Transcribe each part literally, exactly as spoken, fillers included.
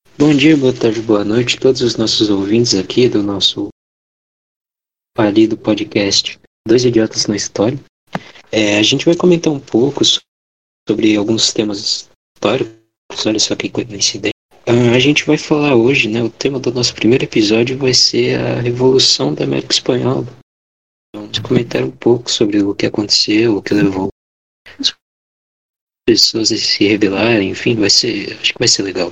Bom dia, boa tarde, boa noite a todos os nossos ouvintes aqui do nosso falido podcast Dois Idiotas na História. É, a gente vai comentar um pouco sobre alguns temas históricos, olha só que coincidência. Ah, a gente vai falar hoje, né, o tema do nosso primeiro episódio vai ser a Revolução da América Espanhola. Vamos comentar um pouco sobre o que aconteceu, o que levou as pessoas a se rebelarem, enfim, vai ser, acho que vai ser legal.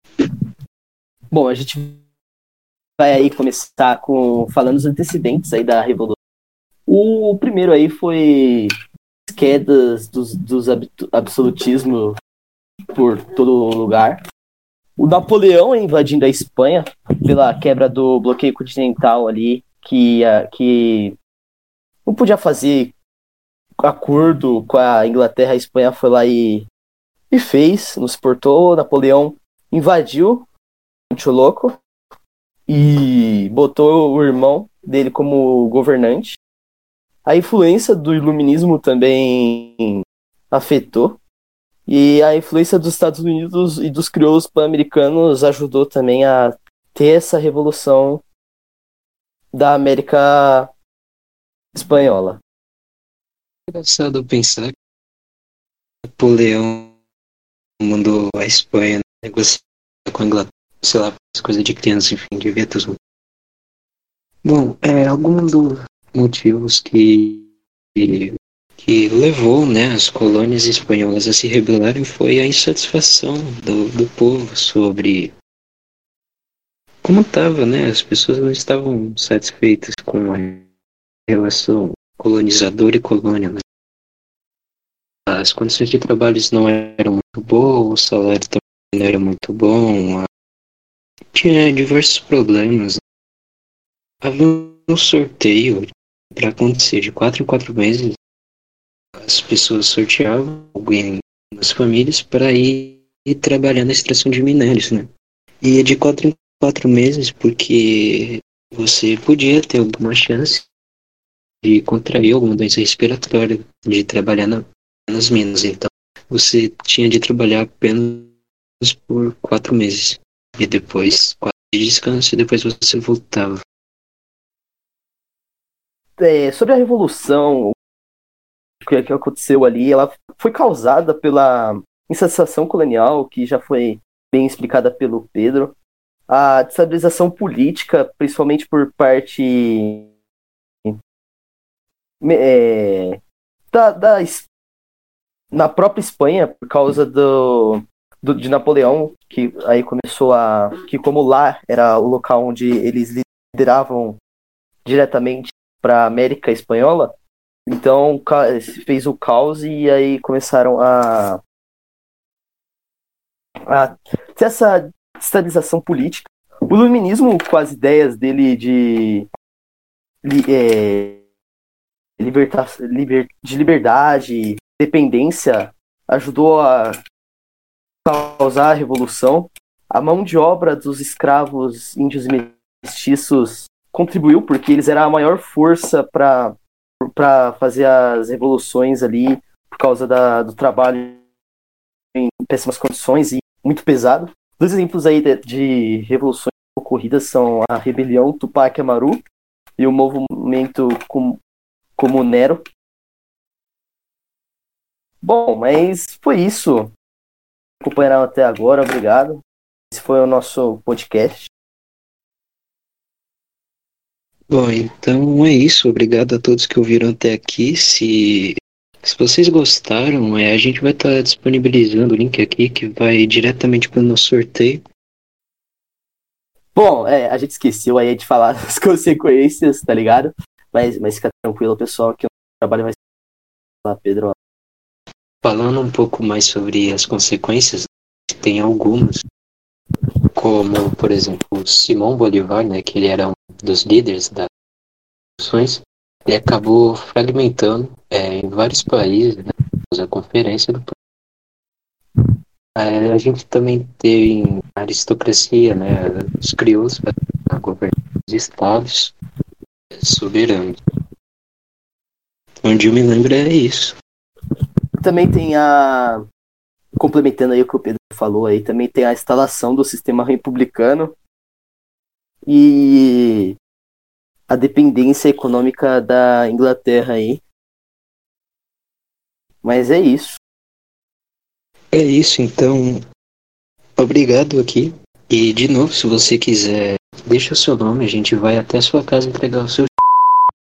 Bom, a gente vai aí começar com falando os antecedentes aí da Revolução. O primeiro aí foi as quedas dos, dos absolutismos por todo lugar. O Napoleão invadindo a Espanha pela quebra do bloqueio continental ali, que, que não podia fazer acordo com a Inglaterra. A Espanha foi lá e, e fez, nos portou. Napoleão invadiu, muito louco, e botou o irmão dele como governante. A influência do iluminismo também afetou, e a influência dos Estados Unidos e dos crioulos pan-americanos ajudou também a ter essa revolução da América Espanhola. Engraçado pensar que Napoleão mandou a Espanha negociar com a Inglaterra, sei lá, coisa de criança, enfim, devia ter. Bom, é algum dos motivos que, que, que levou, né, as colônias espanholas a se rebelarem foi a insatisfação do, do povo sobre como estava, né? As pessoas não estavam satisfeitas com a relação colonizador e colônia, né? As condições de trabalho não eram muito boas, o salário também não era muito bom, tinha diversos problemas. Havia um sorteio para acontecer de quatro em quatro meses. As pessoas sorteavam alguém nas famílias para ir, ir trabalhar na extração de minérios, né? E é de quatro em quatro meses porque você podia ter alguma chance de contrair alguma doença respiratória, de trabalhar na, nas minas. Então, você tinha de trabalhar apenas por quatro meses. E depois, quatro de descanso, e depois você voltava. É, sobre a Revolução, o que, que aconteceu ali, ela foi causada pela insatisfação colonial, que já foi bem explicada pelo Pedro, a destabilização política, principalmente por parte é, da, da, na própria Espanha, por causa do, do, de Napoleão, que aí começou a... que como lá era o local onde eles lideravam diretamente para a América Espanhola, então fez o caos e aí começaram a, a ter essa estabilização política. O iluminismo, com as ideias dele de, é, liberta, liber, de liberdade, dependência, ajudou a causar a revolução. A mão de obra dos escravos índios e mestiços contribuiu, porque eles eram a maior força para para fazer as revoluções ali, por causa da, do trabalho em péssimas condições e muito pesado. Dois exemplos aí de, de revoluções ocorridas são a rebelião Tupac Amaru e o movimento com, Comunero. Bom, mas foi isso. Acompanharam até agora, obrigado. Esse foi o nosso podcast. Bom, então é isso. Obrigado a todos que ouviram até aqui. Se, se vocês gostaram, é, a gente vai estar disponibilizando o link aqui que vai diretamente para o nosso sorteio. Bom, é, a gente esqueceu aí de falar das consequências, tá ligado? Mas, mas fica tranquilo, pessoal, que o trabalho vai ser lá, Pedro. Falando um pouco mais sobre as consequências, tem algumas, como, por exemplo, Simão Bolívar, né, que ele era um dos líderes das revoluções, ele acabou fragmentando é, em vários países, né, a conferência do é, a gente também tem a aristocracia, né, os crioulos para governar os estados soberanos. Onde eu me lembro é isso. Também tem a... complementando aí o que o Pedro falou aí, também tem a instalação do sistema republicano e a dependência econômica da Inglaterra aí. Mas é isso. É isso, então. Obrigado aqui. E, de novo, se você quiser, deixa o seu nome, a gente vai até a sua casa entregar o seu